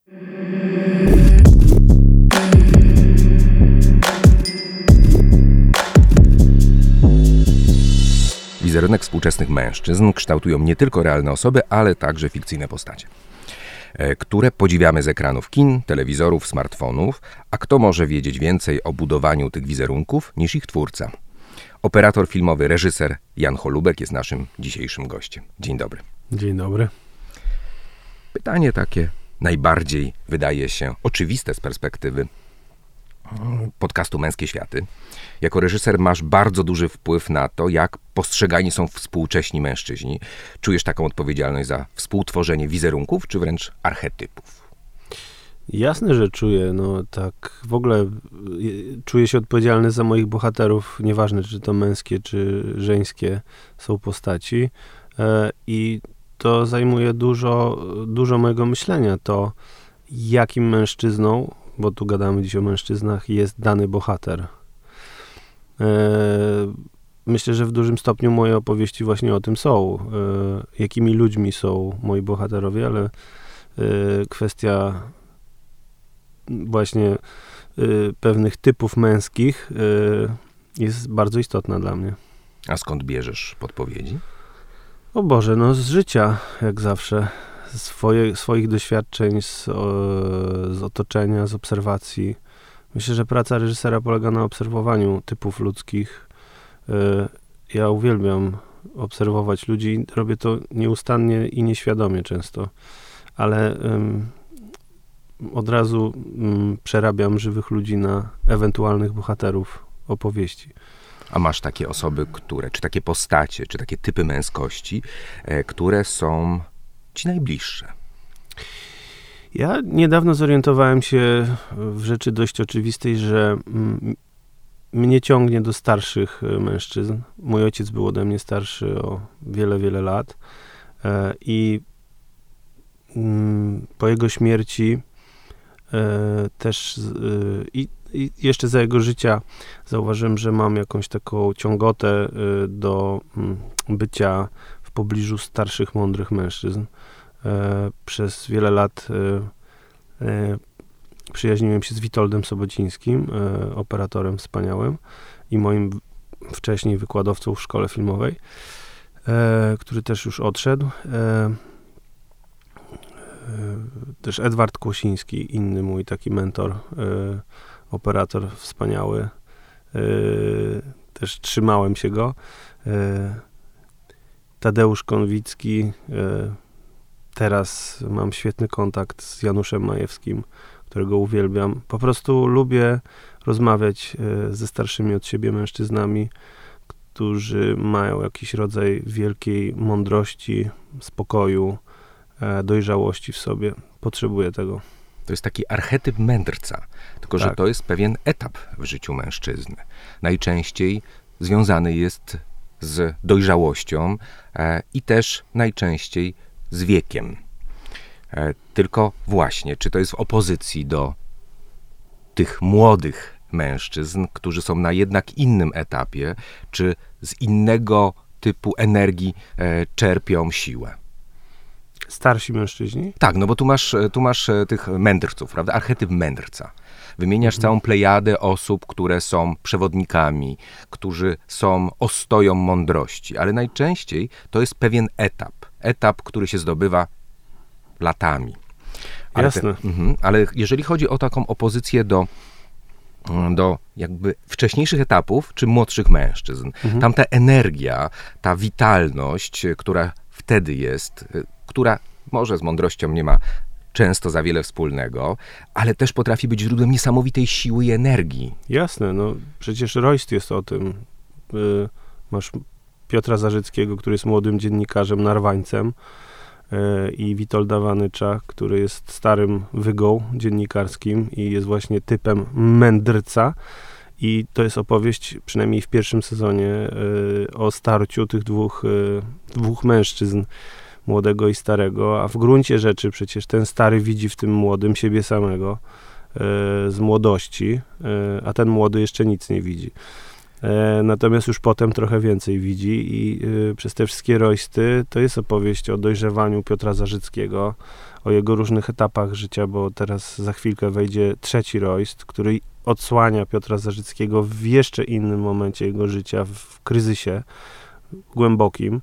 Wizerunek współczesnych mężczyzn kształtują nie tylko realne osoby, ale także fikcyjne postacie, które podziwiamy z ekranów kin, telewizorów, smartfonów, a kto może wiedzieć więcej o budowaniu tych wizerunków niż ich twórca? Operator filmowy, reżyser Jan Holubek jest naszym dzisiejszym gościem. Dzień dobry. Dzień dobry. Pytanie takie najbardziej wydaje się oczywiste z perspektywy podcastu Męskie Światy. Jako reżyser masz bardzo duży wpływ na to, jak postrzegani są współcześni mężczyźni. Czujesz taką odpowiedzialność za współtworzenie wizerunków, czy wręcz archetypów? Jasne, że czuję. No tak w ogóle czuję się odpowiedzialny za moich bohaterów, nieważne czy to męskie, czy żeńskie są postaci. I to zajmuje dużo mojego myślenia. To jakim mężczyzną, bo tu gadamy dziś o mężczyznach, jest dany bohater. Myślę, że w dużym stopniu moje opowieści właśnie o tym są. Jakimi ludźmi są moi bohaterowie, ale kwestia właśnie pewnych typów męskich jest bardzo istotna dla mnie. A skąd bierzesz podpowiedzi? O Boże, no z życia, jak zawsze. Swoich doświadczeń, z otoczenia, z obserwacji. Myślę, że praca reżysera polega na obserwowaniu typów ludzkich. Ja uwielbiam obserwować ludzi. Robię to nieustannie i nieświadomie często. Ale od razu przerabiam żywych ludzi na ewentualnych bohaterów opowieści. A masz takie osoby, czy takie postacie, czy takie typy męskości, które są ci najbliższe? Ja niedawno zorientowałem się w rzeczy dość oczywistej, że mnie ciągnie do starszych mężczyzn. Mój ojciec był ode mnie starszy o wiele lat i po jego śmierci też i jeszcze za jego życia zauważyłem, że mam jakąś taką ciągotę do bycia w pobliżu starszych, mądrych mężczyzn. Przez wiele lat przyjaźniłem się z Witoldem Sobocińskim, operatorem wspaniałym i moim wcześniej wykładowcą w szkole filmowej, który też już odszedł. Też Edward Kłosiński, inny mój taki mentor, operator wspaniały. Też trzymałem się go. Tadeusz Konwicki. Teraz mam świetny kontakt z Januszem Majewskim, którego uwielbiam. Po prostu lubię rozmawiać ze starszymi od siebie mężczyznami, którzy mają jakiś rodzaj wielkiej mądrości, spokoju, dojrzałości w sobie. Potrzebuję tego. To jest taki archetyp mędrca, tylko że to jest pewien etap w życiu mężczyzny. Najczęściej związany jest z dojrzałością i też najczęściej z wiekiem. Tylko właśnie, czy to jest w opozycji do tych młodych mężczyzn, którzy są na jednak innym etapie, czy z innego typu energii czerpią siłę? Starsi mężczyźni? Tak, no bo tu masz tych mędrców, prawda? Archetyp mędrca. Wymieniasz całą plejadę osób, które są przewodnikami, którzy są ostoją mądrości, ale najczęściej to jest pewien etap, który się zdobywa latami. Jasne. Ale jeżeli chodzi o taką opozycję do jakby wcześniejszych etapów, czy młodszych mężczyzn, tam ta energia, ta witalność, która wtedy jest, która może z mądrością nie ma często za wiele wspólnego, ale też potrafi być źródłem niesamowitej siły i energii. Jasne, no przecież Royst jest o tym. Masz Piotra Zarzyckiego, który jest młodym dziennikarzem, narwańcem, i Witolda Wanycza, który jest starym wygą dziennikarskim i jest właśnie typem mędrca. I to jest opowieść, przynajmniej w pierwszym sezonie, o starciu tych dwóch mężczyzn, młodego i starego, a w gruncie rzeczy przecież ten stary widzi w tym młodym siebie samego z młodości, a ten młody jeszcze nic nie widzi. Natomiast już potem trochę więcej widzi i przez te wszystkie Roysty to jest opowieść o dojrzewaniu Piotra Zarzyckiego, o jego różnych etapach życia, bo teraz za chwilkę wejdzie trzeci Royst, który odsłania Piotra Zarzyckiego w jeszcze innym momencie jego życia, w kryzysie głębokim.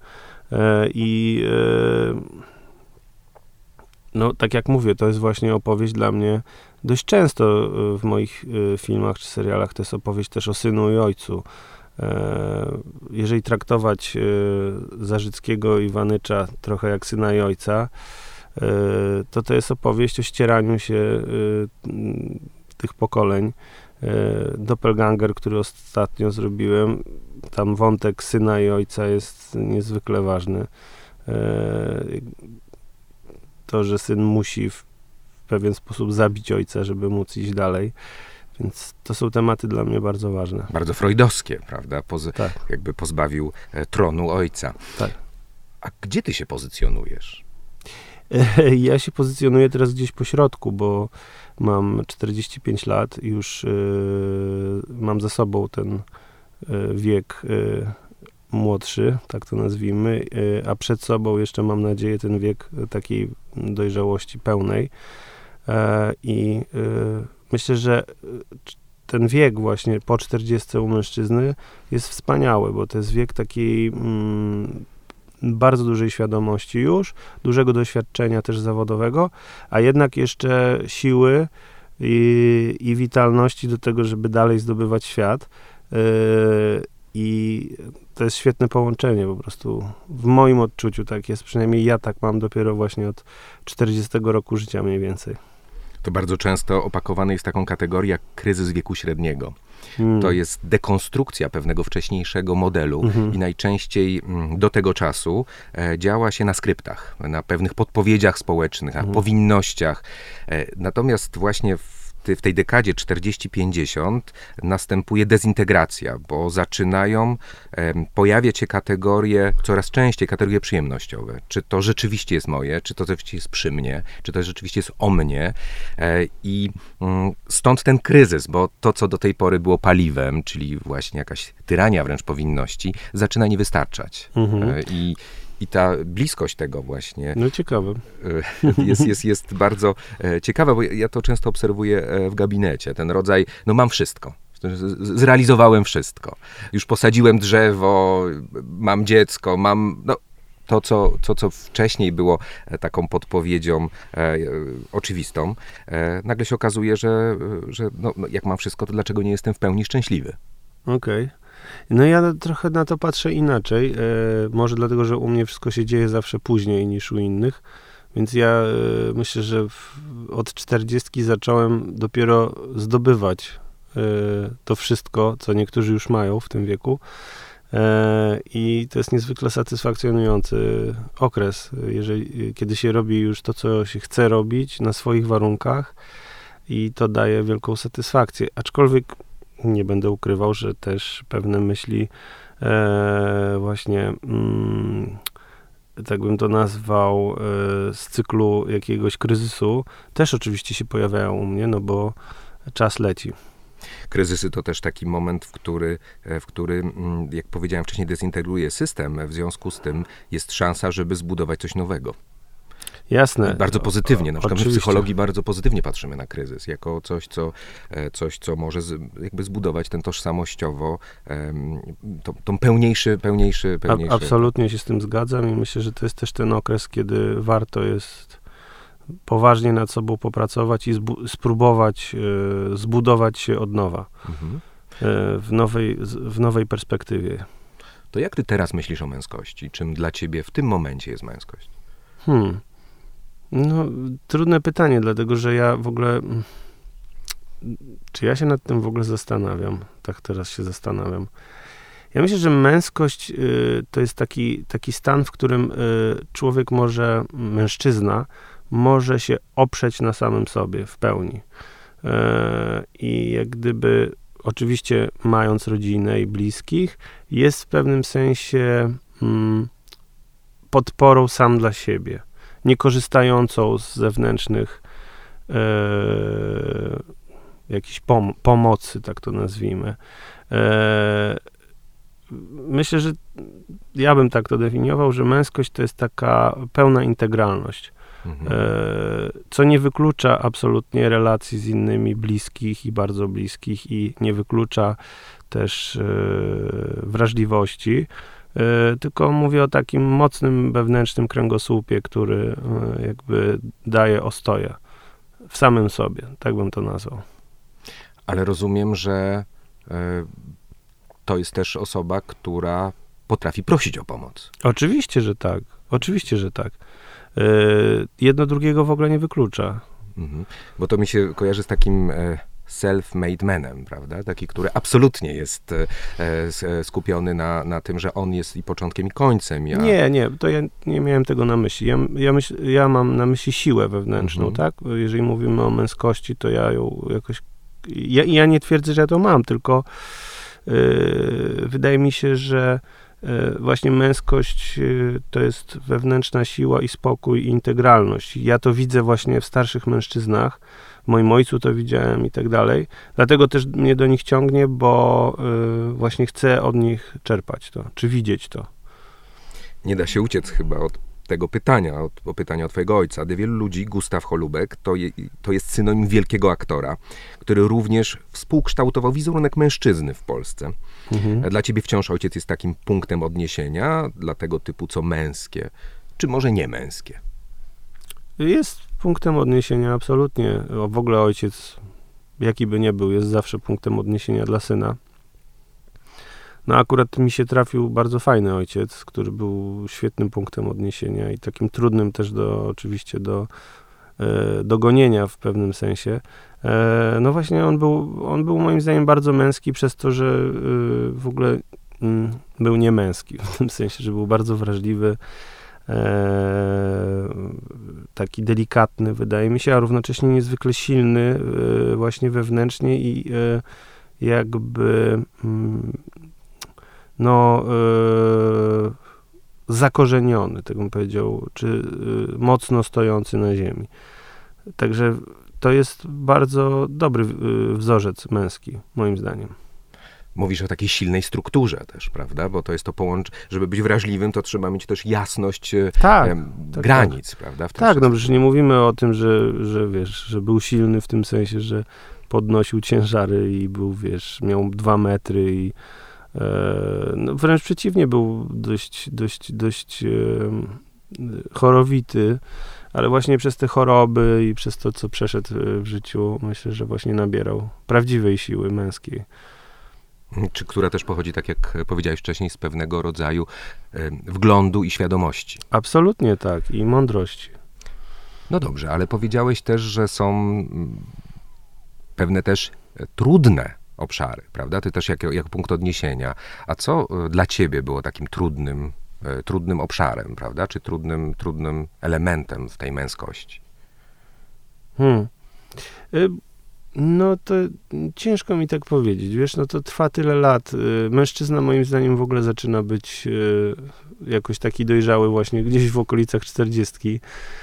No, tak jak mówię, to jest właśnie opowieść dla mnie dość często w moich filmach czy serialach, to jest opowieść też o synu i ojcu. Jeżeli traktować Zarzyckiego i Wanycza trochę jak syna i ojca, to jest opowieść o ścieraniu się tych pokoleń. Doppelganger, który ostatnio zrobiłem, tam wątek syna i ojca jest niezwykle ważny. To, że syn musi w pewien sposób zabić ojca, żeby móc iść dalej. Więc to są tematy dla mnie bardzo ważne. Bardzo freudowskie, prawda? Tak. Jakby pozbawił tronu ojca. Tak. A gdzie ty się pozycjonujesz? Ja się pozycjonuję teraz gdzieś po środku, bo mam 45 lat i już mam za sobą ten wiek młodszy, tak to nazwijmy, a przed sobą jeszcze mam nadzieję ten wiek takiej dojrzałości pełnej. I myślę, że ten wiek właśnie po 40 u mężczyzny jest wspaniały, bo to jest wiek takiej bardzo dużej świadomości już, dużego doświadczenia też zawodowego, a jednak jeszcze siły i witalności do tego, żeby dalej zdobywać świat. I to jest świetne połączenie po prostu. W moim odczuciu tak jest, przynajmniej ja tak mam dopiero właśnie od 40 roku życia mniej więcej. To bardzo często opakowane jest taką kategorią jak kryzys wieku średniego. To jest dekonstrukcja pewnego wcześniejszego modelu i najczęściej do tego czasu działa się na skryptach, na pewnych podpowiedziach społecznych, na powinnościach. Natomiast właśnie w tej dekadzie 40-50 następuje dezintegracja, bo zaczynają pojawiać się kategorie, coraz częściej kategorie przyjemnościowe. Czy to rzeczywiście jest moje, czy to rzeczywiście jest przy mnie, czy to rzeczywiście jest o mnie. I stąd ten kryzys, bo to, co do tej pory było paliwem, czyli właśnie jakaś tyrania wręcz powinności, zaczyna nie wystarczać. I ta bliskość tego właśnie no ciekawe. Jest bardzo ciekawa, bo ja to często obserwuję w gabinecie. Ten rodzaj, no mam wszystko. Zrealizowałem wszystko. Już posadziłem drzewo, mam dziecko, mam... No, to, co wcześniej było taką podpowiedzią oczywistą, nagle się okazuje, że no, jak mam wszystko, to dlaczego nie jestem w pełni szczęśliwy? Okej. No ja trochę na to patrzę inaczej. Może dlatego, że u mnie wszystko się dzieje zawsze później niż u innych. Więc ja myślę, że od 40 zacząłem dopiero zdobywać to wszystko, co niektórzy już mają w tym wieku. I to jest niezwykle satysfakcjonujący okres, kiedy się robi już to, co się chce robić na swoich warunkach i to daje wielką satysfakcję. Aczkolwiek nie będę ukrywał, że też pewne myśli właśnie tak bym to nazwał z cyklu jakiegoś kryzysu też oczywiście się pojawiają u mnie, no bo czas leci. Kryzysy to też taki moment, w który, jak powiedziałem wcześniej, dezintegruje system. W związku z tym jest szansa, żeby zbudować coś nowego. Jasne. Bardzo pozytywnie. Na przykład Oczywiście. w psychologii bardzo pozytywnie patrzymy na kryzys, jako coś, co może jakby zbudować ten tożsamościowo, tą pełniejszy. Absolutnie się z tym zgadzam i myślę, że to jest też ten okres, kiedy warto jest poważnie nad sobą popracować i spróbować zbudować się od nowa. W nowej perspektywie. To jak ty teraz myślisz o męskości? Czym dla ciebie w tym momencie jest męskość? No, trudne pytanie, dlatego że ja w ogóle... Czy ja się nad tym w ogóle zastanawiam? Tak teraz się zastanawiam. Ja myślę, że męskość to jest taki stan, w którym człowiek mężczyzna może się oprzeć na samym sobie w pełni. I jak gdyby, oczywiście mając rodzinę i bliskich, jest w pewnym sensie podporą sam dla siebie, nie korzystającą z zewnętrznych jakiejś pomocy, tak to nazwijmy. Myślę, że ja bym tak to definiował, że męskość to jest taka pełna integralność. Co nie wyklucza absolutnie relacji z innymi bliskich i bardzo bliskich i nie wyklucza też wrażliwości, tylko mówię o takim mocnym wewnętrznym kręgosłupie, który jakby daje ostoję w samym sobie, tak bym to nazwał. Ale rozumiem, że to jest też osoba, która potrafi prosić o pomoc. Oczywiście, że tak. Oczywiście, że tak. Jedno drugiego w ogóle nie wyklucza. Bo to mi się kojarzy z takim self-made manem, prawda? Taki, który absolutnie jest skupiony na tym, że on jest i początkiem, i końcem. Nie, to ja nie miałem tego na myśli. Ja mam na myśli siłę wewnętrzną, tak? Jeżeli mówimy o męskości, to ja ją jakoś... Ja nie twierdzę, że ja to mam, tylko wydaje mi się, że właśnie męskość to jest wewnętrzna siła i spokój i integralność. Ja to widzę właśnie w starszych mężczyznach, w moim ojcu to widziałem i tak dalej. Dlatego też mnie do nich ciągnie, bo właśnie chcę od nich czerpać to, czy widzieć to. Nie da się uciec chyba od tego pytania, o pytania o twojego ojca. Dla wielu ludzi Gustaw Holubek to jest synonim wielkiego aktora, który również współkształtował wizerunek mężczyzny w Polsce. Dla ciebie wciąż ojciec jest takim punktem odniesienia dla tego typu co męskie, czy może nie męskie? Jest punktem odniesienia, absolutnie. W ogóle ojciec, jaki by nie był, jest zawsze punktem odniesienia dla syna. No akurat mi się trafił bardzo fajny ojciec, który był świetnym punktem odniesienia i takim trudnym też oczywiście do gonienia w pewnym sensie. No właśnie on był moim zdaniem bardzo męski przez to, że w ogóle był niemęski, w tym sensie, że był bardzo wrażliwy, taki delikatny, wydaje mi się, a równocześnie niezwykle silny właśnie wewnętrznie i jakby zakorzeniony, tak bym powiedział, czy mocno stojący na ziemi. Także to jest bardzo dobry wzorzec męski, moim zdaniem. Mówisz o takiej silnej strukturze też, prawda? Bo to jest to żeby być wrażliwym, to trzeba mieć też jasność granic, prawda? Tak, no przecież nie mówimy o tym, że wiesz, że był silny w tym sensie, że podnosił ciężary i był, miał 2 metry i no wręcz przeciwnie, był dość chorowity, ale właśnie przez te choroby i przez to, co przeszedł w życiu, myślę, że właśnie nabierał prawdziwej siły męskiej. Czy która też pochodzi, tak jak powiedziałeś wcześniej, z pewnego rodzaju wglądu i świadomości. Absolutnie tak, i mądrości. No dobrze, ale powiedziałeś też, że są pewne też trudne obszary, prawda? Ty też jako punkt odniesienia. A co dla ciebie było takim trudnym obszarem, prawda? Czy trudnym elementem w tej męskości? No to ciężko mi tak powiedzieć, no to trwa tyle lat. Mężczyzna moim zdaniem w ogóle zaczyna być jakoś taki dojrzały właśnie gdzieś w okolicach 40.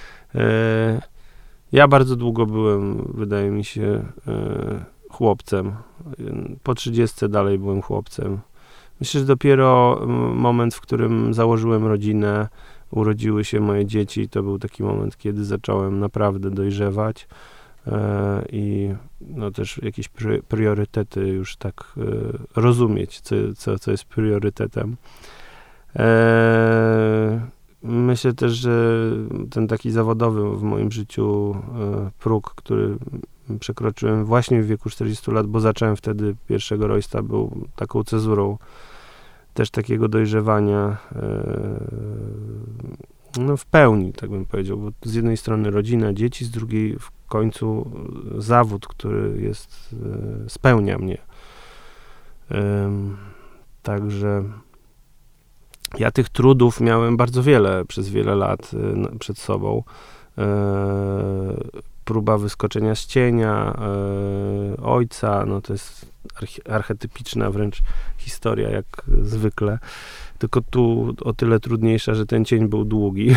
Ja bardzo długo byłem, wydaje mi się, chłopcem. Po 30 dalej byłem chłopcem. Myślę, że dopiero moment, w którym założyłem rodzinę, urodziły się moje dzieci, to był taki moment, kiedy zacząłem naprawdę dojrzewać i no też jakieś priorytety już tak rozumieć, co jest priorytetem. Myślę też, że ten taki zawodowy w moim życiu próg, który przekroczyłem właśnie w wieku 40 lat, bo zacząłem wtedy pierwszego Roysta, był taką cezurą też takiego dojrzewania no w pełni, tak bym powiedział, bo z jednej strony rodzina, dzieci, z drugiej w końcu zawód, który spełnia mnie. Także ja tych trudów miałem bardzo wiele przez wiele lat przed sobą. Próba wyskoczenia z cienia ojca, no to jest archetypiczna wręcz historia, jak zwykle. Tylko tu o tyle trudniejsza, że ten cień był długi.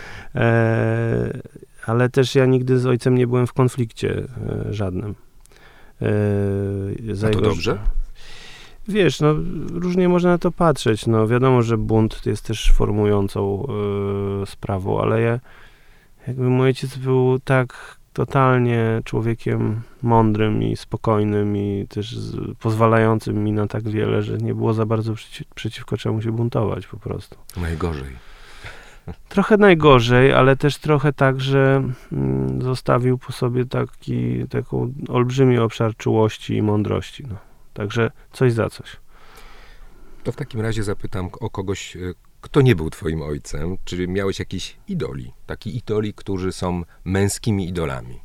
Ale też ja nigdy z ojcem nie byłem w konflikcie żadnym. A to dobrze? Wiesz, no różnie można na to patrzeć. No wiadomo, że bunt jest też formującą sprawą, ale jakby mój ojciec był tak totalnie człowiekiem mądrym i spokojnym i też pozwalającym mi na tak wiele, że nie było za bardzo przeciwko czemu się buntować po prostu. Najgorzej. Trochę najgorzej, ale też trochę tak, że zostawił po sobie taką olbrzymi obszar czułości i mądrości. No. Także coś za coś. To w takim razie zapytam o kogoś, kto nie był twoim ojcem. Czy miałeś jakichś idoli? Takich idoli, którzy są męskimi idolami?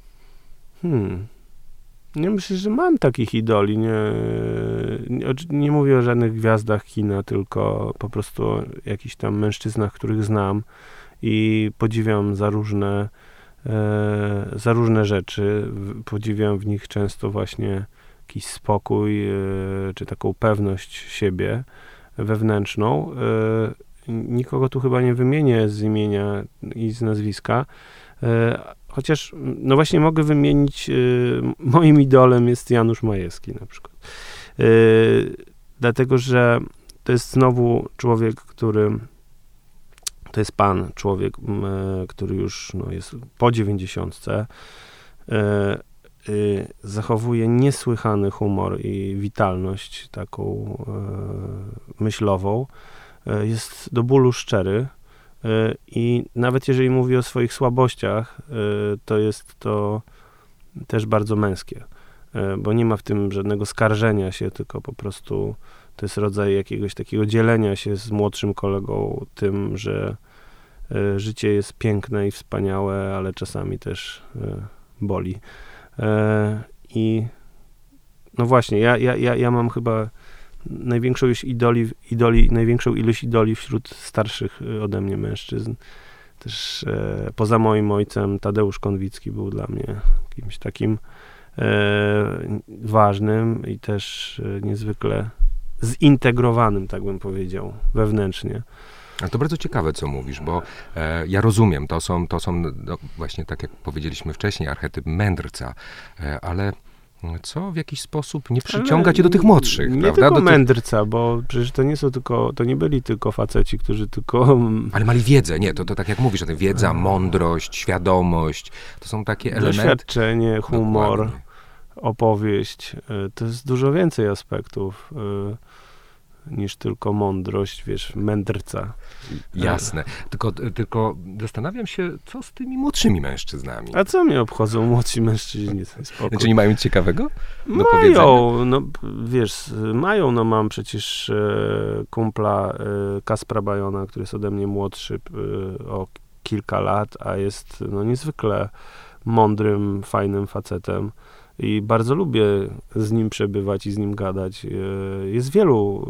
Ja myślę, że mam takich idoli. Nie mówię o żadnych gwiazdach kina, tylko po prostu o jakichś tam mężczyznach, których znam i podziwiam za różne rzeczy. Podziwiam w nich często właśnie jakiś spokój, czy taką pewność siebie wewnętrzną. Nikogo tu chyba nie wymienię z imienia i z nazwiska, chociaż no właśnie mogę wymienić, moim idolem jest Janusz Majewski na przykład. Dlatego, że to jest znowu człowiek, to jest człowiek, który już jest po 90. Zachowuje niesłychany humor i witalność taką myślową. Jest do bólu szczery i nawet jeżeli mówi o swoich słabościach, to jest to też bardzo męskie, bo nie ma w tym żadnego skarżenia się, tylko po prostu to jest rodzaj jakiegoś takiego dzielenia się z młodszym kolegą tym, że życie jest piękne i wspaniałe, ale czasami też boli. I no właśnie, ja mam chyba największą ilość idoli wśród starszych ode mnie mężczyzn. Też poza moim ojcem Tadeusz Konwicki był dla mnie kimś takim ważnym i też niezwykle zintegrowanym, tak bym powiedział, wewnętrznie. Ale to bardzo ciekawe, co mówisz, bo ja rozumiem, to są no, właśnie tak jak powiedzieliśmy wcześniej, archetyp mędrca, ale co w jakiś sposób nie przyciąga cię do tych młodszych, nie prawda? Tylko mędrca, bo przecież to nie byli tylko faceci, którzy tylko... Ale mali wiedzę, nie, to tak jak mówisz o tym, wiedza, mądrość, świadomość, to są takie elementy... Doświadczenie, humor, Dokładnie. opowieść, to jest dużo więcej aspektów niż tylko mądrość, mędrca. Jasne. Tylko zastanawiam się, co z tymi młodszymi mężczyznami. A co mnie obchodzą młodsi mężczyźni? Znaczy nie mają nic ciekawego do powiedzenia? Mają, mam przecież kumpla Kaspra Bajona, który jest ode mnie młodszy o kilka lat, a jest niezwykle mądrym, fajnym facetem. I bardzo lubię z nim przebywać i z nim gadać. Jest wielu...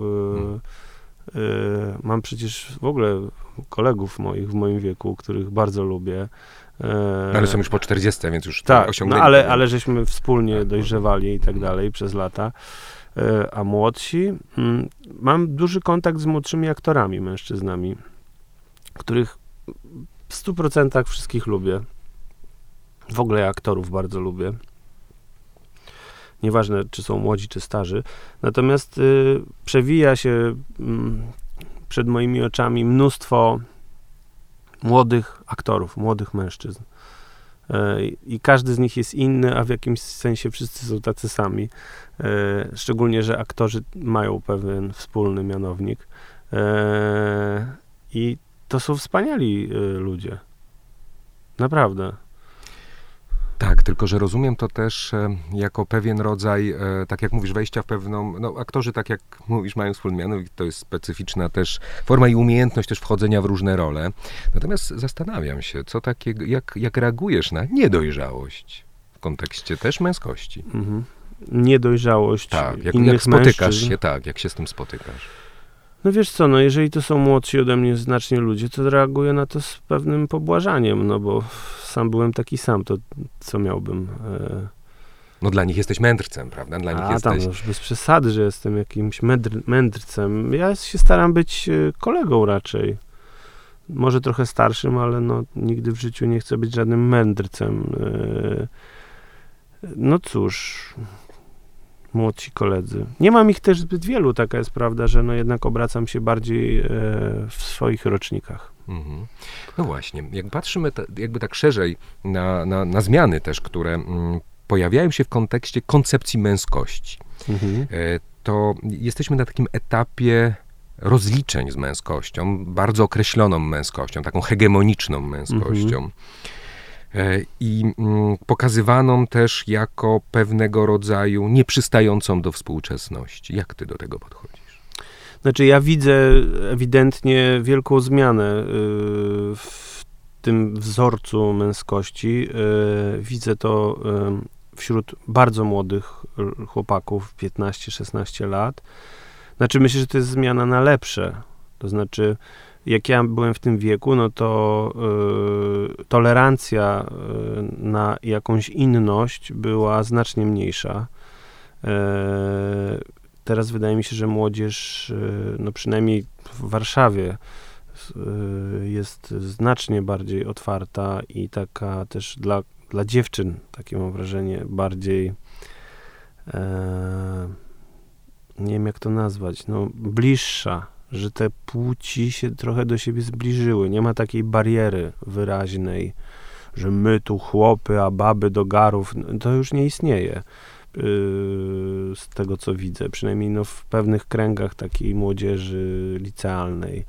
mam przecież w ogóle kolegów moich w moim wieku, których bardzo lubię. Ale są już po 40, więc już tak, osiągnęli. Ale żeśmy wspólnie dojrzewali i tak dalej przez lata. A młodsi... Mam duży kontakt z młodszymi aktorami, mężczyznami, których w 100% wszystkich lubię. W ogóle aktorów bardzo lubię. Nieważne, czy są młodzi, czy starzy. Natomiast przewija się przed moimi oczami mnóstwo młodych aktorów, młodych mężczyzn. I każdy z nich jest inny, a w jakimś sensie wszyscy są tacy sami. Szczególnie, że aktorzy mają pewien wspólny mianownik. I to są wspaniali ludzie. Naprawdę. Tak, tylko że rozumiem to też jako pewien rodzaj, tak jak mówisz, wejścia w pewną... aktorzy, tak jak mówisz, mają wspólny mianownik, to jest specyficzna też forma i umiejętność też wchodzenia w różne role. Natomiast zastanawiam się, co takiego, jak reagujesz na niedojrzałość w kontekście też męskości. Niedojrzałość jak spotykasz się, jak się z tym spotykasz. No wiesz co, jeżeli to są młodsi ode mnie znacznie ludzie, to reaguję na to z pewnym pobłażaniem, bo sam byłem taki sam, to co miałbym... Dla nich jesteś mędrcem, prawda? Dla nich jesteś... tam już bez przesady, że jestem jakimś mędrcem. Ja się staram być kolegą raczej. Może trochę starszym, ale nigdy w życiu nie chcę być żadnym mędrcem. No cóż... Młodsi koledzy. Nie mam ich też zbyt wielu, taka jest prawda, że no jednak obracam się bardziej w swoich rocznikach. Mhm. No właśnie, jak patrzymy jakby tak szerzej na zmiany też, które pojawiają się w kontekście koncepcji męskości, to jesteśmy na takim etapie rozliczeń z męskością, bardzo określoną męskością, taką hegemoniczną męskością. I pokazywaną też jako pewnego rodzaju nieprzystającą do współczesności. Jak ty do tego podchodzisz? Znaczy ja widzę ewidentnie wielką zmianę w tym wzorcu męskości. Widzę to wśród bardzo młodych chłopaków, 15-16 lat. Znaczy myślę, że to jest zmiana na lepsze. To znaczy jak ja byłem w tym wieku, no to tolerancja na jakąś inność była znacznie mniejsza. Teraz wydaje mi się, że młodzież, no przynajmniej w Warszawie, jest znacznie bardziej otwarta i taka też dla dziewczyn, takie mam wrażenie, bardziej nie wiem jak to nazwać, no bliższa, że te płci się trochę do siebie zbliżyły. Nie ma takiej bariery wyraźnej, że my tu chłopy, a baby do garów. To już nie istnieje. Z tego, co widzę. Przynajmniej no, w pewnych kręgach takiej młodzieży licealnej.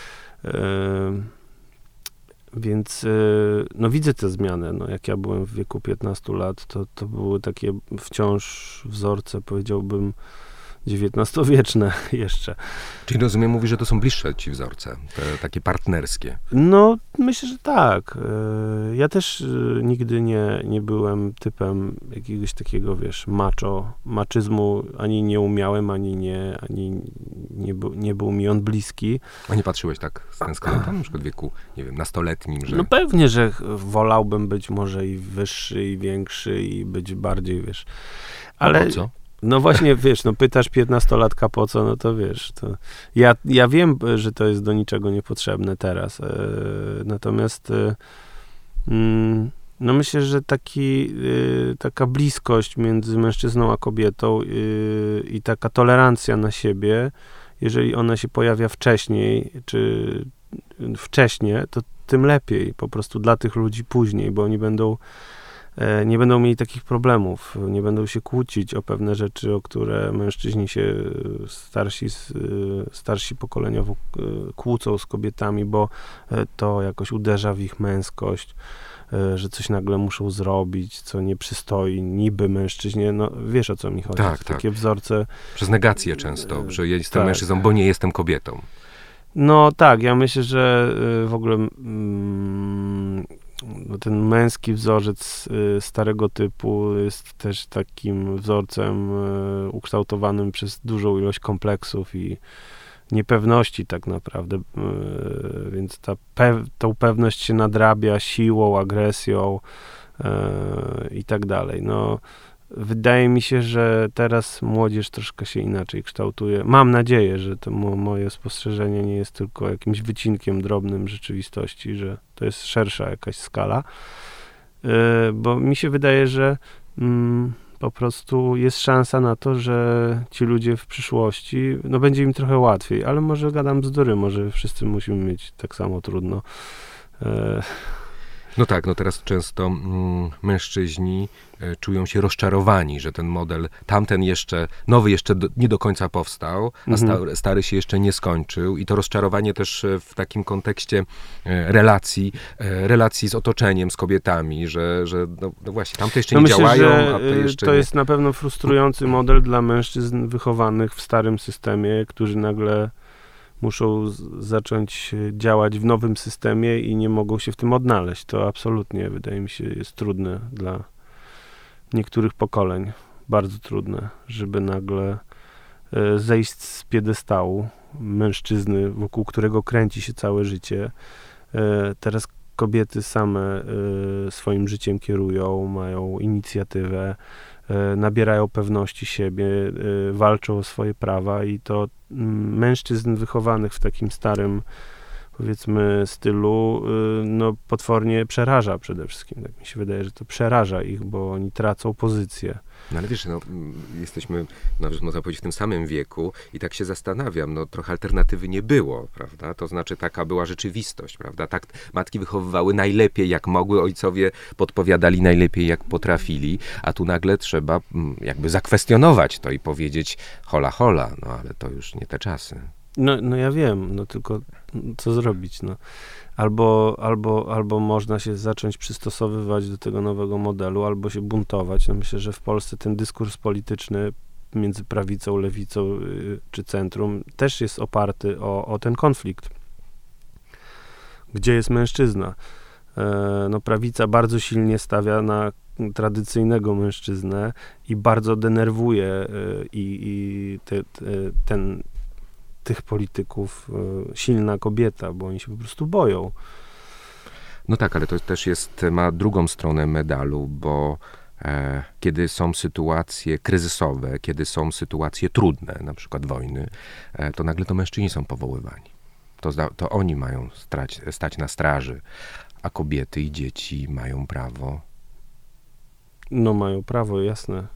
Więc no, widzę tę zmianę. No, jak ja byłem w wieku 15 lat, to były takie wciąż wzorce, powiedziałbym, XIX-wieczne jeszcze. Czyli rozumiem, mówi, że to są bliższe ci wzorce, te takie partnerskie. No, myślę, że tak. Ja też nigdy nie byłem typem jakiegoś takiego, wiesz, maczyzmu ani nie umiałem, ani nie był mi on bliski. A nie patrzyłeś tak z tęsknotą, na przykład w wieku, nie wiem, nastoletnim, że... No pewnie, że wolałbym być może i wyższy, i większy, i być bardziej, wiesz. Ale... Po co? No właśnie, wiesz, no pytasz 15-latka po co, no to wiesz, to ja wiem, że to jest do niczego niepotrzebne teraz, natomiast no myślę, że taka bliskość między mężczyzną a kobietą i taka tolerancja na siebie, jeżeli ona się pojawia wcześniej, czy wcześnie, to tym lepiej po prostu dla tych ludzi później, bo oni nie będą mieli takich problemów, nie będą się kłócić o pewne rzeczy, o które mężczyźni się starsi pokoleniowo kłócą z kobietami, bo to jakoś uderza w ich męskość, że coś nagle muszą zrobić, co nie przystoi niby mężczyźnie, no wiesz o co mi chodzi. Tak, takie wzorce. Przez negację często, że ja jestem mężczyzną, bo nie jestem kobietą. No tak, ja myślę, że w ogóle ten męski wzorzec starego typu jest też takim wzorcem ukształtowanym przez dużą ilość kompleksów i niepewności tak naprawdę, więc tą pewność się nadrabia siłą, agresją i tak dalej. No, wydaje mi się, że teraz młodzież troszkę się inaczej kształtuje. Mam nadzieję, że to moje spostrzeżenie nie jest tylko jakimś wycinkiem drobnym rzeczywistości, że to jest szersza jakaś skala, bo mi się wydaje, że po prostu jest szansa na to, że ci ludzie w przyszłości, no będzie im trochę łatwiej, ale może gadam bzdury, może wszyscy musimy mieć tak samo trudno. No tak, no teraz często mężczyźni czują się rozczarowani, że ten model, tamten jeszcze, nowy jeszcze nie do końca powstał, a stary się jeszcze nie skończył i to rozczarowanie też w takim kontekście relacji z otoczeniem, z kobietami, że no właśnie, tamte jeszcze nie myślę, działają, że a te jeszcze to nie. jest na pewno frustrujący model dla mężczyzn wychowanych w starym systemie, którzy nagle muszą zacząć działać w nowym systemie i nie mogą się w tym odnaleźć. To absolutnie, wydaje mi się, jest trudne dla niektórych pokoleń. Bardzo trudne, żeby nagle zejść z piedestału mężczyzny, wokół którego kręci się całe życie. Teraz kobiety same swoim życiem kierują, mają inicjatywę, nabierają pewności siebie, walczą o swoje prawa i to mężczyzn wychowanych w takim starym powiedzmy stylu, no potwornie przeraża przede wszystkim. Tak mi się wydaje, że to przeraża ich, bo oni tracą pozycję. No ale wiesz, no, jesteśmy, nawet można powiedzieć, w tym samym wieku i tak się zastanawiam, no trochę alternatywy nie było, prawda? To znaczy taka była rzeczywistość, prawda? Tak matki wychowywały najlepiej jak mogły, ojcowie podpowiadali najlepiej jak potrafili, a tu nagle trzeba jakby zakwestionować to i powiedzieć hola hola, no ale to już nie te czasy. No ja wiem, no tylko co zrobić, no. Albo można się zacząć przystosowywać do tego nowego modelu, albo się buntować. No myślę, że w Polsce ten dyskurs polityczny między prawicą, lewicą czy centrum też jest oparty o ten konflikt. Gdzie jest mężczyzna? No prawica bardzo silnie stawia na tradycyjnego mężczyznę i bardzo denerwuje tych polityków silna kobieta, bo oni się po prostu boją. No tak, ale to też ma drugą stronę medalu, bo kiedy są sytuacje kryzysowe, kiedy są sytuacje trudne, na przykład wojny, to nagle to mężczyźni są powoływani. To oni mają stać na straży, a kobiety i dzieci mają prawo. No mają prawo, jasne.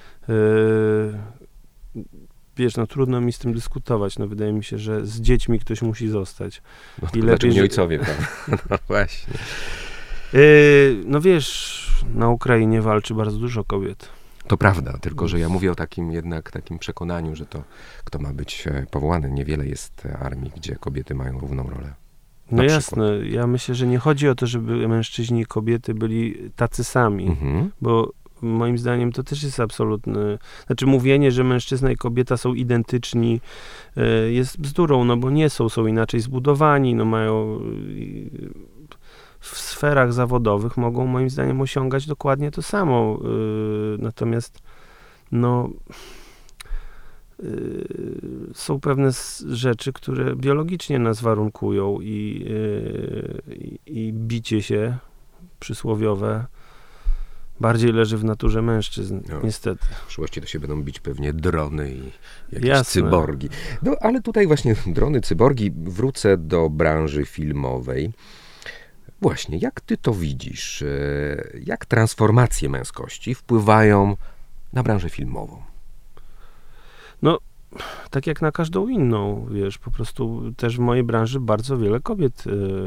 Wiesz, no trudno mi z tym dyskutować. No wydaje mi się, że z dziećmi ktoś musi zostać. No, dlaczego nie ojcowie, prawda? No właśnie. No wiesz, na Ukrainie walczy bardzo dużo kobiet. To prawda, tylko że ja mówię o takim przekonaniu, że to kto ma być powołany. Niewiele jest armii, gdzie kobiety mają równą rolę. No jasne, ja myślę, że nie chodzi o to, żeby mężczyźni i kobiety byli tacy sami, bo moim zdaniem to też jest absolutny... Znaczy mówienie, że mężczyzna i kobieta są identyczni jest bzdurą, no bo nie są inaczej zbudowani, no mają... W sferach zawodowych mogą moim zdaniem osiągać dokładnie to samo. Natomiast no... Są pewne rzeczy, które biologicznie nas warunkują i bicie się przysłowiowe bardziej leży w naturze mężczyzn, niestety. W przyszłości to się będą bić pewnie drony i jakieś cyborgi. No ale tutaj właśnie drony, cyborgi, wrócę do branży filmowej. Właśnie, jak ty to widzisz? Jak transformacje męskości wpływają na branżę filmową? No, tak jak na każdą inną, wiesz, po prostu też w mojej branży bardzo wiele kobiet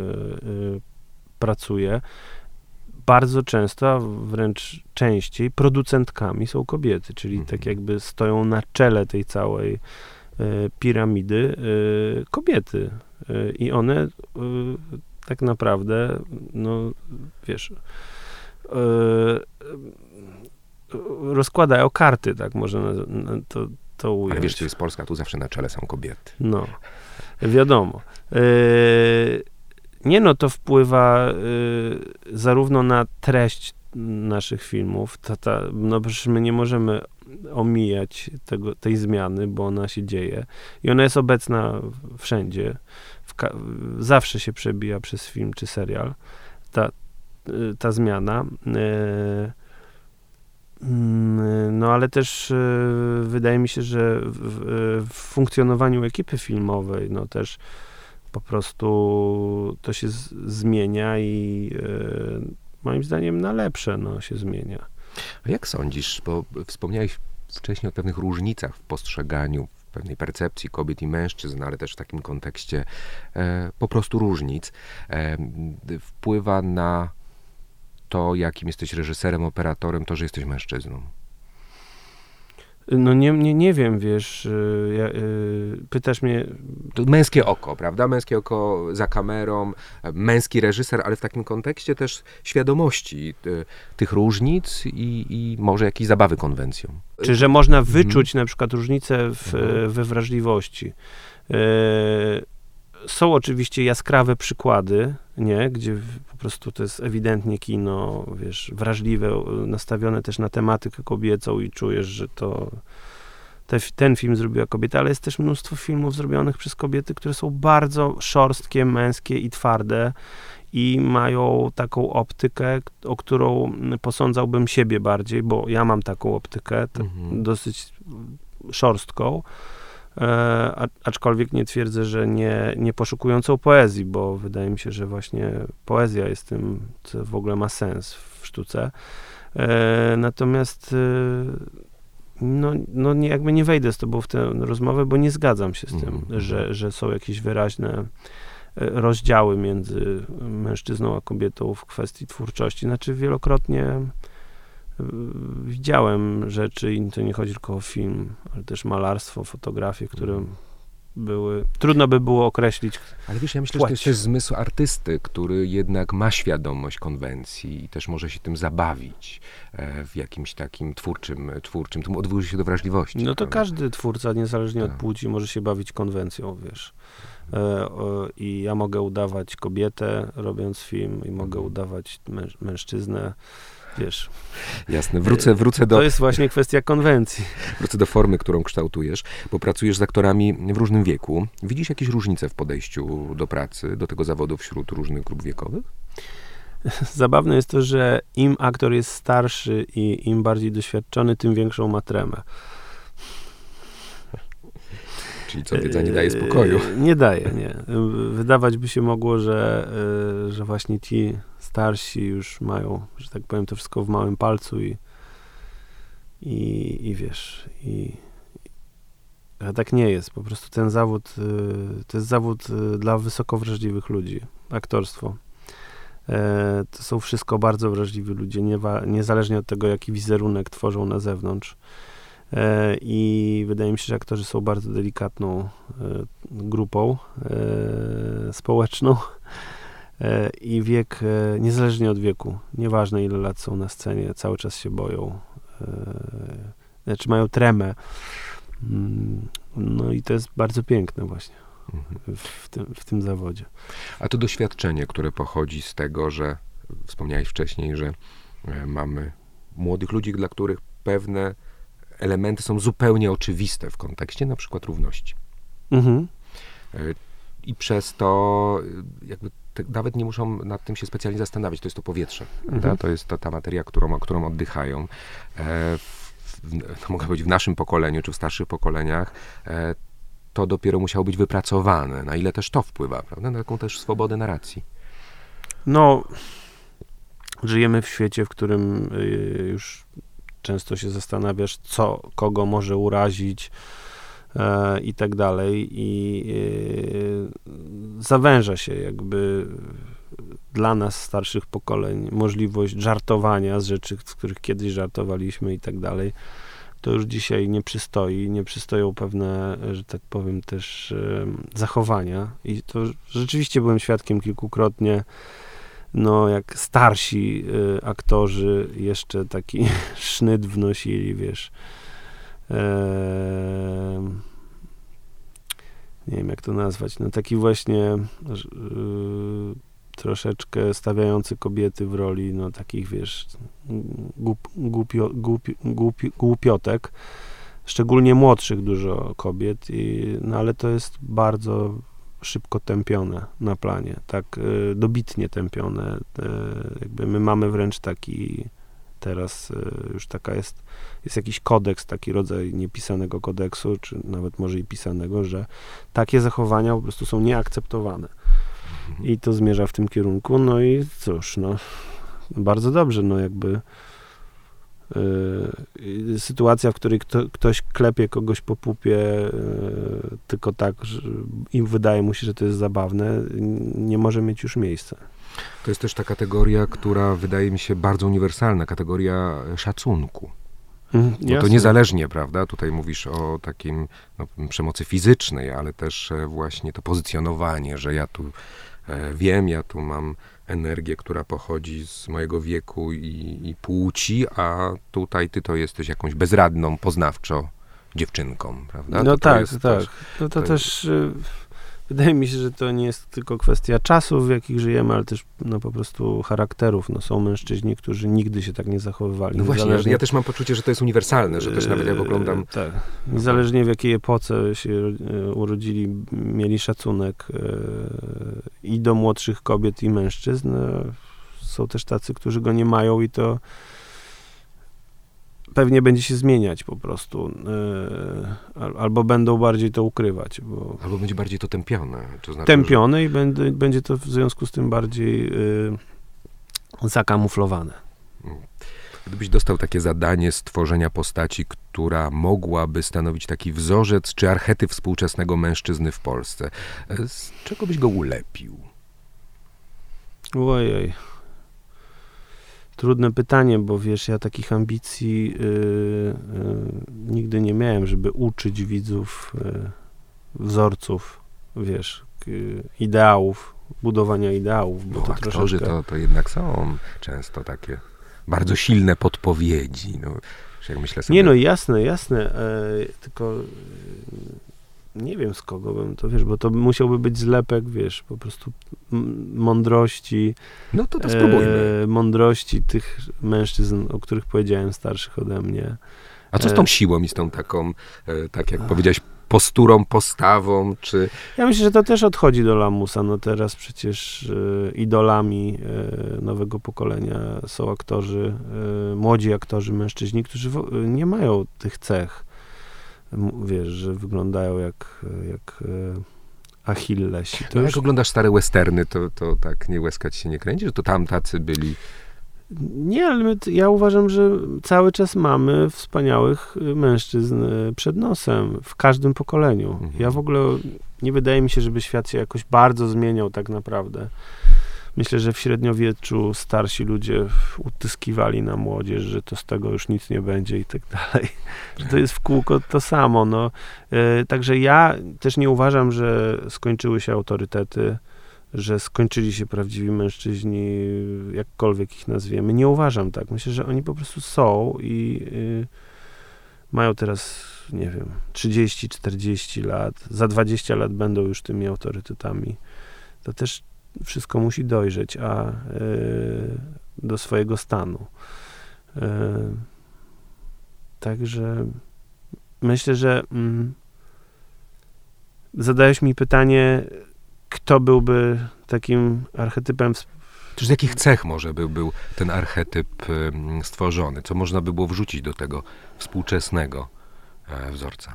pracuje. Bardzo często, a wręcz częściej producentkami są kobiety, czyli tak jakby stoją na czele tej całej piramidy kobiety. I one tak naprawdę, no wiesz, rozkładają karty, tak można to ująć. Ale wiesz, to jest Polska, tu zawsze na czele są kobiety. No, wiadomo. Nie no, to wpływa zarówno na treść naszych filmów, no przecież my nie możemy omijać tej zmiany, bo ona się dzieje i ona jest obecna wszędzie. Zawsze się przebija przez film czy serial ta zmiana. No ale też wydaje mi się, że w funkcjonowaniu ekipy filmowej, no też po prostu to się zmienia i moim zdaniem na lepsze się zmienia. A jak sądzisz, bo wspomniałeś wcześniej o pewnych różnicach w postrzeganiu, w pewnej percepcji kobiet i mężczyzn, ale też w takim kontekście po prostu różnic, wpływa na to, jakim jesteś reżyserem, operatorem, to, że jesteś mężczyzną? No nie wiem, wiesz, pytasz mnie... To męskie oko, prawda? Męskie oko za kamerą, męski reżyser, ale w takim kontekście też świadomości tych różnic i może jakiejś zabawy konwencją. Czy że można wyczuć na przykład różnicę we wrażliwości. Są oczywiście jaskrawe przykłady, nie? Gdzie po prostu to jest ewidentnie kino, wiesz, wrażliwe, nastawione też na tematykę kobiecą i czujesz, że ten film zrobiła kobieta, ale jest też mnóstwo filmów zrobionych przez kobiety, które są bardzo szorstkie, męskie i twarde i mają taką optykę, o którą posądzałbym siebie bardziej, bo ja mam taką optykę, dosyć szorstką. aczkolwiek nie twierdzę, że nie poszukującą poezji, bo wydaje mi się, że właśnie poezja jest tym, co w ogóle ma sens w sztuce. Natomiast jakby nie wejdę z tobą w tę rozmowę, bo nie zgadzam się z tym, że są jakieś wyraźne rozdziały między mężczyzną a kobietą w kwestii twórczości. Znaczy wielokrotnie widziałem rzeczy, i to nie chodzi tylko o film, ale też malarstwo, fotografie, które były... Trudno by było określić. Ale wiesz, ja myślę, że to jest też zmysł artysty, który jednak ma świadomość konwencji i też może się tym zabawić w jakimś takim twórczym, tym odwołuje się do wrażliwości. No to prawda? Każdy twórca, niezależnie od płci, może się bawić konwencją, wiesz. I ja mogę udawać kobietę, robiąc film, i mogę udawać mężczyznę, wiesz. Jasne, wrócę do... To jest właśnie kwestia konwencji. Wrócę do formy, którą kształtujesz, bo pracujesz z aktorami w różnym wieku. Widzisz jakieś różnice w podejściu do pracy, do tego zawodu wśród różnych grup wiekowych? Zabawne jest to, że im aktor jest starszy i im bardziej doświadczony, tym większą ma tremę. Czyli co, wiedza nie daje spokoju? Nie daje, nie. Wydawać by się mogło, że właśnie ci starsi już mają, że tak powiem, to wszystko w małym palcu i wiesz, a tak nie jest. Po prostu ten zawód, to jest zawód dla wysoko wrażliwych ludzi. Aktorstwo. To są wszystko bardzo wrażliwi ludzie, niezależnie od tego, jaki wizerunek tworzą na zewnątrz. I wydaje mi się, że aktorzy są bardzo delikatną grupą społeczną i wiek, niezależnie od wieku, nieważne ile lat są na scenie, cały czas się boją, znaczy mają tremę. No i to jest bardzo piękne właśnie w tym zawodzie. A to doświadczenie, które pochodzi z tego, że wspomniałeś wcześniej, że mamy młodych ludzi, dla których pewne elementy są zupełnie oczywiste w kontekście na przykład równości. I przez to jakby nawet nie muszą nad tym się specjalnie zastanawiać. To jest to powietrze. To jest ta materia, którą oddychają. Mogę powiedzieć, w naszym pokoleniu, czy w starszych pokoleniach to dopiero musiało być wypracowane. Na ile też to wpływa, prawda? Na taką też swobodę narracji. No, żyjemy w świecie, w którym już często się zastanawiasz, kogo może urazić i tak dalej. I zawęża się jakby dla nas, starszych pokoleń, możliwość żartowania z rzeczy, z których kiedyś żartowaliśmy i tak dalej. To już dzisiaj nie przystoi. Nie przystoją pewne, że tak powiem, też zachowania. I to rzeczywiście byłem świadkiem kilkukrotnie, jak starsi aktorzy jeszcze taki sznyt wnosili, wiesz, nie wiem jak to nazwać, taki właśnie troszeczkę stawiający kobiety w roli, takich, wiesz, głupiotek, szczególnie młodszych dużo kobiet, ale to jest bardzo szybko tępione na planie, tak dobitnie tępione. Jakby my mamy wręcz taki teraz już taka jest jakiś kodeks, taki rodzaj niepisanego kodeksu, czy nawet może i pisanego, że takie zachowania po prostu są nieakceptowane. I to zmierza w tym kierunku. No i cóż, bardzo dobrze, jakby sytuacja, w której ktoś klepie kogoś po pupie tylko tak, że im wydaje mu się, że to jest zabawne, nie może mieć już miejsca. To jest też ta kategoria, która wydaje mi się bardzo uniwersalna, kategoria szacunku. Bo to niezależnie, prawda? Tutaj mówisz o takim przemocy fizycznej, ale też właśnie to pozycjonowanie, że ja tu wiem, ja tu mam energię, która pochodzi z mojego wieku i płci, a tutaj ty to jesteś jakąś bezradną, poznawczo dziewczynką, prawda? No tak. To też wydaje mi się, że to nie jest tylko kwestia czasów, w jakich żyjemy, ale też po prostu charakterów. Są mężczyźni, którzy nigdy się tak nie zachowywali. No właśnie, ja też mam poczucie, że to jest uniwersalne, że też nawet jak oglądam... Tak. Niezależnie w jakiej epoce się urodzili, mieli szacunek i do młodszych kobiet i mężczyzn. Są też tacy, którzy go nie mają i to pewnie będzie się zmieniać po prostu. Albo będą bardziej to ukrywać. Albo będzie bardziej to tępione. To znaczy, tępione i będzie to w związku z tym bardziej zakamuflowane. Gdybyś dostał takie zadanie stworzenia postaci, która mogłaby stanowić taki wzorzec czy archetyp współczesnego mężczyzny w Polsce, z czego byś go ulepił? Ojej. Trudne pytanie, bo wiesz, ja takich ambicji nigdy nie miałem, żeby uczyć widzów wzorców, wiesz, ideałów, budowania ideałów. Bo to aktorzy troszeczkę... to jednak są często takie bardzo silne podpowiedzi. No, jak myślę sobie... Nie, no jasne, tylko nie wiem z kogo bym to, wiesz, bo to musiałby być zlepek, wiesz, po prostu mądrości. No to spróbujmy. Mądrości tych mężczyzn, o których powiedziałem, starszych ode mnie. A co z tą siłą i z tą taką, tak jak powiedziałeś, posturą, postawą, czy... Ja myślę, że to też odchodzi do lamusa. No teraz przecież idolami nowego pokolenia są aktorzy, młodzi aktorzy, mężczyźni, którzy nie mają tych cech. Wiesz, że wyglądają jak Achillesi. To jak oglądasz stare westerny, to tak nie łeskać się nie kręci, że to tam tacy byli... Nie, ale ja uważam, że cały czas mamy wspaniałych mężczyzn przed nosem w każdym pokoleniu. Mhm. Ja w ogóle nie wydaje mi się, żeby świat się jakoś bardzo zmieniał tak naprawdę. Myślę, że w średniowieczu starsi ludzie utyskiwali na młodzież, że to z tego już nic nie będzie i tak dalej. Że to jest w kółko to samo. No. Także ja też nie uważam, że skończyły się autorytety, że skończyli się prawdziwi mężczyźni, jakkolwiek ich nazwiemy. Nie uważam tak. Myślę, że oni po prostu są i mają teraz, nie wiem, 30-40 lat. Za 20 lat będą już tymi autorytetami. To też wszystko musi dojrzeć do swojego stanu. Także myślę, że zadałeś mi pytanie, kto byłby takim archetypem? Czy z jakich cech może był ten archetyp stworzony? Co można by było wrzucić do tego współczesnego wzorca?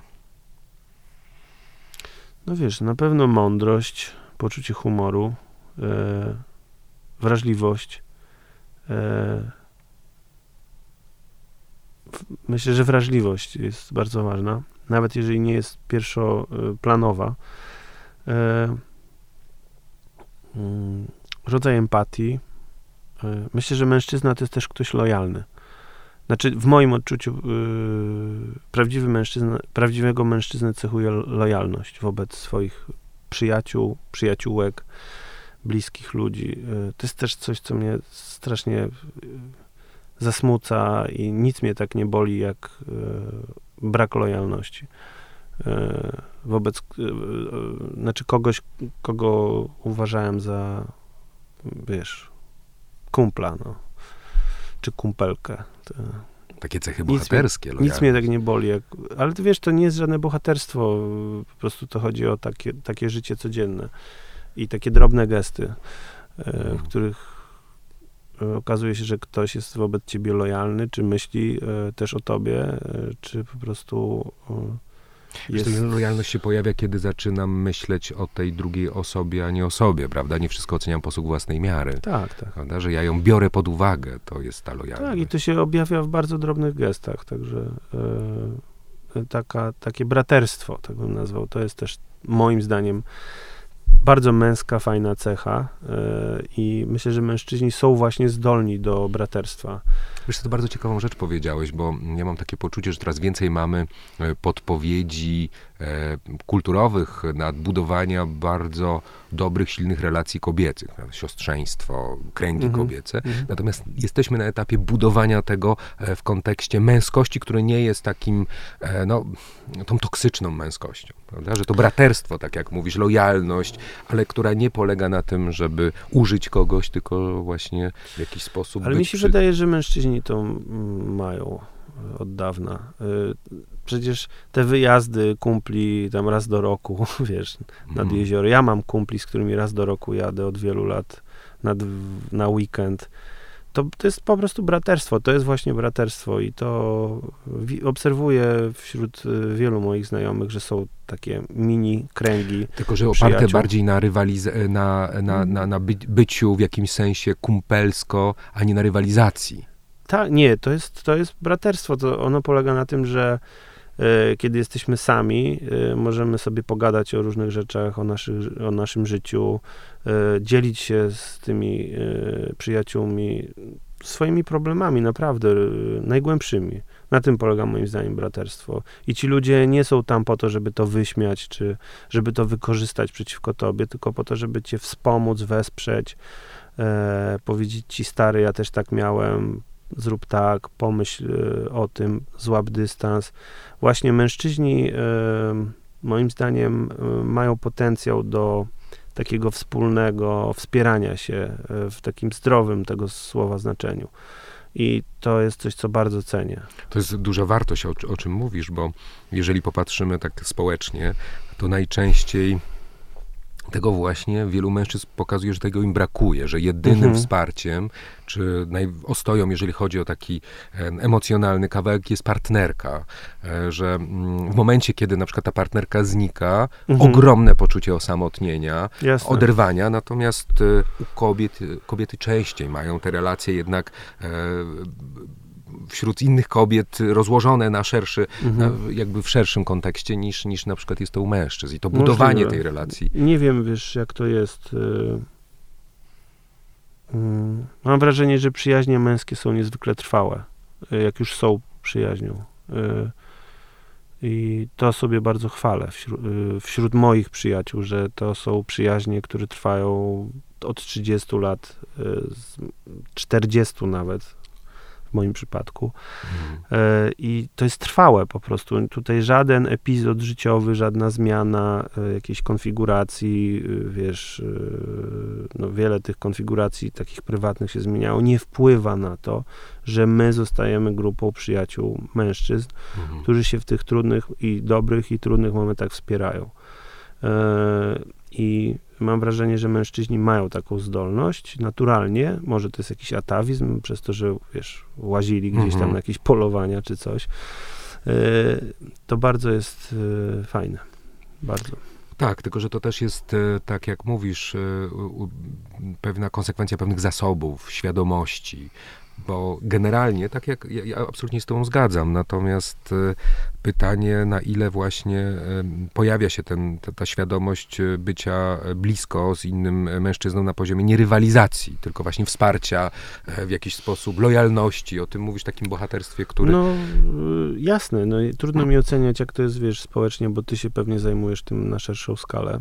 No wiesz, na pewno mądrość, poczucie humoru, wrażliwość. Myślę, że wrażliwość jest bardzo ważna, nawet jeżeli nie jest pierwszoplanowa. Rodzaj empatii. Myślę, że mężczyzna to jest też ktoś lojalny. Znaczy, w moim odczuciu prawdziwego mężczyznę cechuje lojalność wobec swoich przyjaciół, przyjaciółek, bliskich ludzi. To jest też coś, co mnie strasznie zasmuca i nic mnie tak nie boli, jak brak lojalności wobec, znaczy kogoś, kogo uważałem za, wiesz, kumpla, no, czy kumpelkę. Takie cechy bohaterskie. Nic mnie tak nie boli. Ale ty wiesz, to nie jest żadne bohaterstwo. Po prostu to chodzi o takie życie codzienne i takie drobne gesty, w których okazuje się, że ktoś jest wobec ciebie lojalny, czy myśli też o tobie, czy po prostu jest... Lojalność się pojawia, kiedy zaczynam myśleć o tej drugiej osobie, a nie o sobie, prawda? Nie wszystko oceniam po sług własnej miary. Tak. Prawda? Że ja ją biorę pod uwagę, to jest ta lojalność. Tak, i to się objawia w bardzo drobnych gestach, także takie braterstwo, tak bym nazwał, to jest też moim zdaniem bardzo męska, fajna cecha i myślę, że mężczyźni są właśnie zdolni do braterstwa. Wiesz, to bardzo ciekawą rzecz powiedziałeś, bo ja mam takie poczucie, że coraz więcej mamy podpowiedzi kulturowych nadbudowania bardzo dobrych, silnych relacji kobiecych, siostrzeństwo, kręgi kobiece. Natomiast jesteśmy na etapie budowania tego w kontekście męskości, które nie jest takim, tą toksyczną męskością, prawda? Że to braterstwo, tak jak mówisz, lojalność, ale która nie polega na tym, żeby użyć kogoś, tylko właśnie w jakiś sposób ale mi się wydaje, że mężczyźni to mają od dawna. Przecież te wyjazdy kumpli tam raz do roku, wiesz, nad jezioro. Ja mam kumpli, z którymi raz do roku jadę od wielu lat na weekend. to jest po prostu braterstwo, to jest właśnie braterstwo i to obserwuję wśród wielu moich znajomych, że są takie mini kręgi. Tylko, że oparte bardziej na na byciu w jakimś sensie kumpelsko, a nie na rywalizacji. Tak, nie, to jest braterstwo, to ono polega na tym, że kiedy jesteśmy sami, możemy sobie pogadać o różnych rzeczach, o naszym życiu, dzielić się z tymi przyjaciółmi swoimi problemami, naprawdę najgłębszymi. Na tym polega moim zdaniem braterstwo. I ci ludzie nie są tam po to, żeby to wyśmiać, czy żeby to wykorzystać przeciwko tobie, tylko po to, żeby cię wspomóc, wesprzeć, powiedzieć ci, stary, ja też tak miałem, zrób tak, pomyśl o tym, złap dystans. Właśnie mężczyźni moim zdaniem mają potencjał do takiego wspólnego wspierania się w takim zdrowym tego słowa znaczeniu. I to jest coś, co bardzo cenię. To jest duża wartość, o czym mówisz, bo jeżeli popatrzymy tak społecznie, to najczęściej tego właśnie wielu mężczyzn pokazuje, że tego im brakuje, że jedynym wsparciem, czy ostoją, jeżeli chodzi o taki emocjonalny kawałek, jest partnerka, że w momencie, kiedy na przykład ta partnerka znika, ogromne poczucie osamotnienia, oderwania, natomiast u kobiety częściej mają te relacje jednak wśród innych kobiet rozłożone na szerszy, jakby w szerszym kontekście niż na przykład jest to u mężczyzn. I to budowanie tej relacji. Nie wiem, wiesz, jak to jest. Mam wrażenie, że przyjaźnie męskie są niezwykle trwałe, jak już są przyjaźnią. I to sobie bardzo chwalę wśród moich przyjaciół, że to są przyjaźnie, które trwają od 30 lat, 40 nawet. W moim przypadku. I to jest trwałe po prostu. Tutaj żaden epizod życiowy, żadna zmiana jakiejś konfiguracji, wiesz, no wiele tych konfiguracji takich prywatnych się zmieniało, nie wpływa na to, że my zostajemy grupą przyjaciół mężczyzn, którzy się w tych trudnych i dobrych i trudnych momentach wspierają. I mam wrażenie, że mężczyźni mają taką zdolność naturalnie, może to jest jakiś atawizm, przez to, że wiesz, łazili gdzieś tam na jakieś polowania czy coś. To bardzo jest fajne. Bardzo. Tak, tylko że to też jest, tak jak mówisz, pewna konsekwencja pewnych zasobów, świadomości. Bo generalnie, tak jak ja absolutnie z tobą zgadzam, natomiast pytanie, na ile właśnie pojawia się ta świadomość bycia blisko z innym mężczyzną na poziomie nie rywalizacji, tylko właśnie wsparcia w jakiś sposób, lojalności. O tym mówisz, takim bohaterstwie, który... No jasne, no trudno mi oceniać, jak to jest, wiesz, społecznie, bo ty się pewnie zajmujesz tym na szerszą skalę.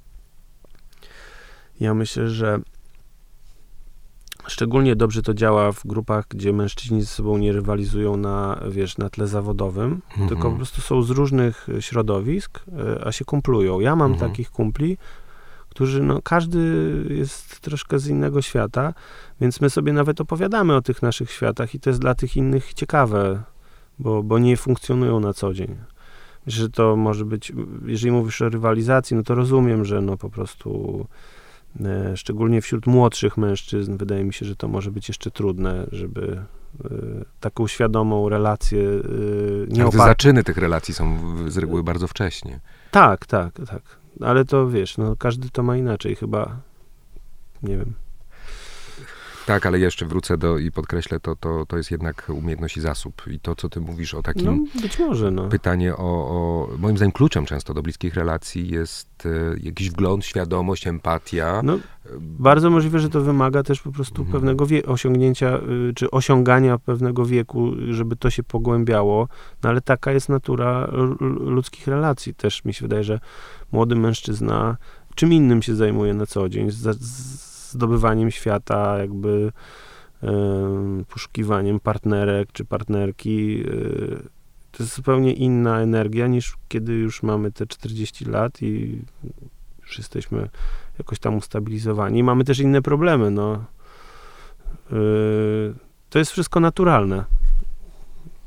Ja myślę, że szczególnie dobrze to działa w grupach, gdzie mężczyźni ze sobą nie rywalizują na tle zawodowym, tylko po prostu są z różnych środowisk, a się kumplują. Ja mam takich kumpli, którzy, no, każdy jest troszkę z innego świata, więc my sobie nawet opowiadamy o tych naszych światach i to jest dla tych innych ciekawe, bo nie funkcjonują na co dzień. Myślę, że to może być, jeżeli mówisz o rywalizacji, no to rozumiem, że no po prostu szczególnie wśród młodszych mężczyzn wydaje mi się, że to może być jeszcze trudne, żeby taką świadomą relację nie oparć. Zaczyny tych relacji są z reguły bardzo wcześnie. Tak. Ale to wiesz, no każdy to ma inaczej chyba, nie wiem. Tak, ale jeszcze wrócę i podkreślę, to jest jednak umiejętność i zasób. I to, co ty mówisz o takim... No, być może, no. Pytanie o moim zdaniem kluczem często do bliskich relacji jest jakiś wgląd, świadomość, empatia. No, bardzo możliwe, że to wymaga też po prostu pewnego osiągnięcia, czy osiągania pewnego wieku, żeby to się pogłębiało. No, ale taka jest natura ludzkich relacji. Też mi się wydaje, że młody mężczyzna czym innym się zajmuje na co dzień. Zdobywaniem świata, jakby poszukiwaniem partnerek czy partnerki. To jest zupełnie inna energia niż kiedy już mamy te 40 lat i już jesteśmy jakoś tam ustabilizowani. I mamy też inne problemy. No. To jest wszystko naturalne.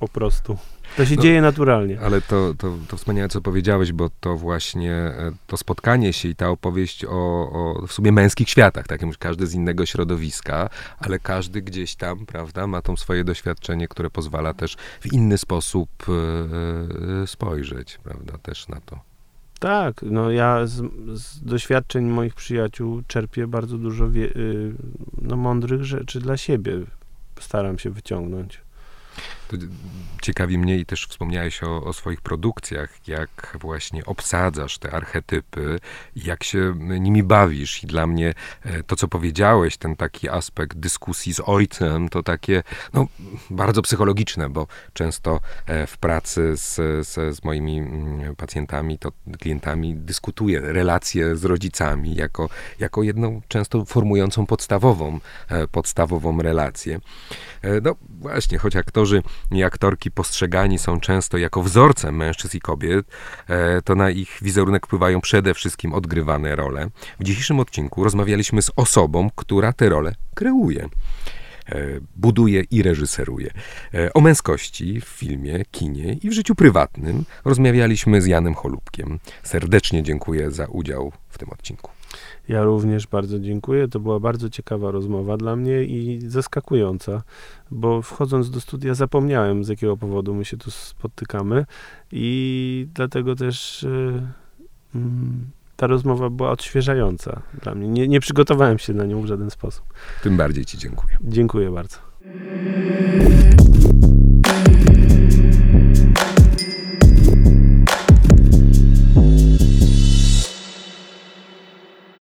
po prostu. To się dzieje naturalnie. Ale to wspaniałe, co powiedziałeś, bo to właśnie to spotkanie się i ta opowieść o w sumie męskich światach, tak jak każdy z innego środowiska, ale każdy gdzieś tam, prawda, ma to swoje doświadczenie, które pozwala też w inny sposób spojrzeć, prawda, też na to. Tak, no ja z doświadczeń moich przyjaciół czerpię bardzo dużo mądrych rzeczy dla siebie. Staram się wyciągnąć. To ciekawi mnie i też wspomniałeś o swoich produkcjach, jak właśnie obsadzasz te archetypy, jak się nimi bawisz. I dla mnie to, co powiedziałeś, ten taki aspekt dyskusji z ojcem, to takie bardzo psychologiczne, bo często w pracy z moimi pacjentami, to klientami dyskutuję relacje z rodzicami jako jedną często formującą podstawową relację. No właśnie, choć aktorzy i aktorki postrzegani są często jako wzorcem mężczyzn i kobiet, to na ich wizerunek wpływają przede wszystkim odgrywane role. W dzisiejszym odcinku rozmawialiśmy z osobą, która te role kreuje, buduje i reżyseruje. O męskości w filmie, kinie i w życiu prywatnym rozmawialiśmy z Janem Cholubkiem. Serdecznie dziękuję za udział w tym odcinku. Ja również bardzo dziękuję. To była bardzo ciekawa rozmowa dla mnie i zaskakująca, bo wchodząc do studia zapomniałem, z jakiego powodu my się tu spotykamy i dlatego też ta rozmowa była odświeżająca dla mnie. Nie przygotowałem się na nią w żaden sposób. Tym bardziej ci dziękuję. Dziękuję bardzo.